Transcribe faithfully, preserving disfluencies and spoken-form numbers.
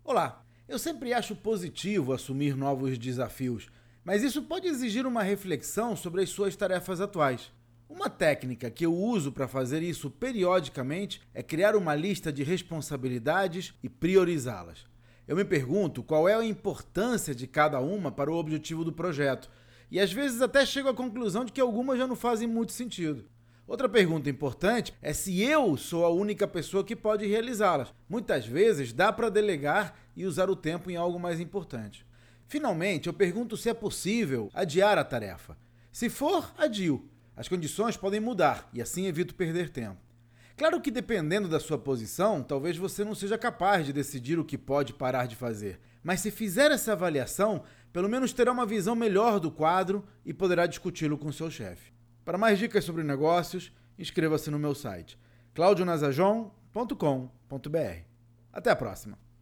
Olá, eu sempre acho positivo assumir novos desafios, mas isso pode exigir uma reflexão sobre as suas tarefas atuais. Uma técnica que eu uso para fazer isso periodicamente é criar uma lista de responsabilidades e priorizá-las. Eu me pergunto qual é a importância de cada uma para o objetivo do projeto, e às vezes até chego à conclusão de que algumas já não fazem muito sentido. Outra pergunta importante é se eu sou a única pessoa que pode realizá-las. Muitas vezes dá para delegar e usar o tempo em algo mais importante. Finalmente, eu pergunto se é possível adiar a tarefa. Se for, adio. As condições podem mudar e assim evito perder tempo. Claro que dependendo da sua posição, talvez você não seja capaz de decidir o que pode parar de fazer. Mas se fizer essa avaliação, pelo menos terá uma visão melhor do quadro e poderá discuti-lo com seu chefe. Para mais dicas sobre negócios, inscreva-se no meu site claudio nazajon ponto com ponto br. Até a próxima!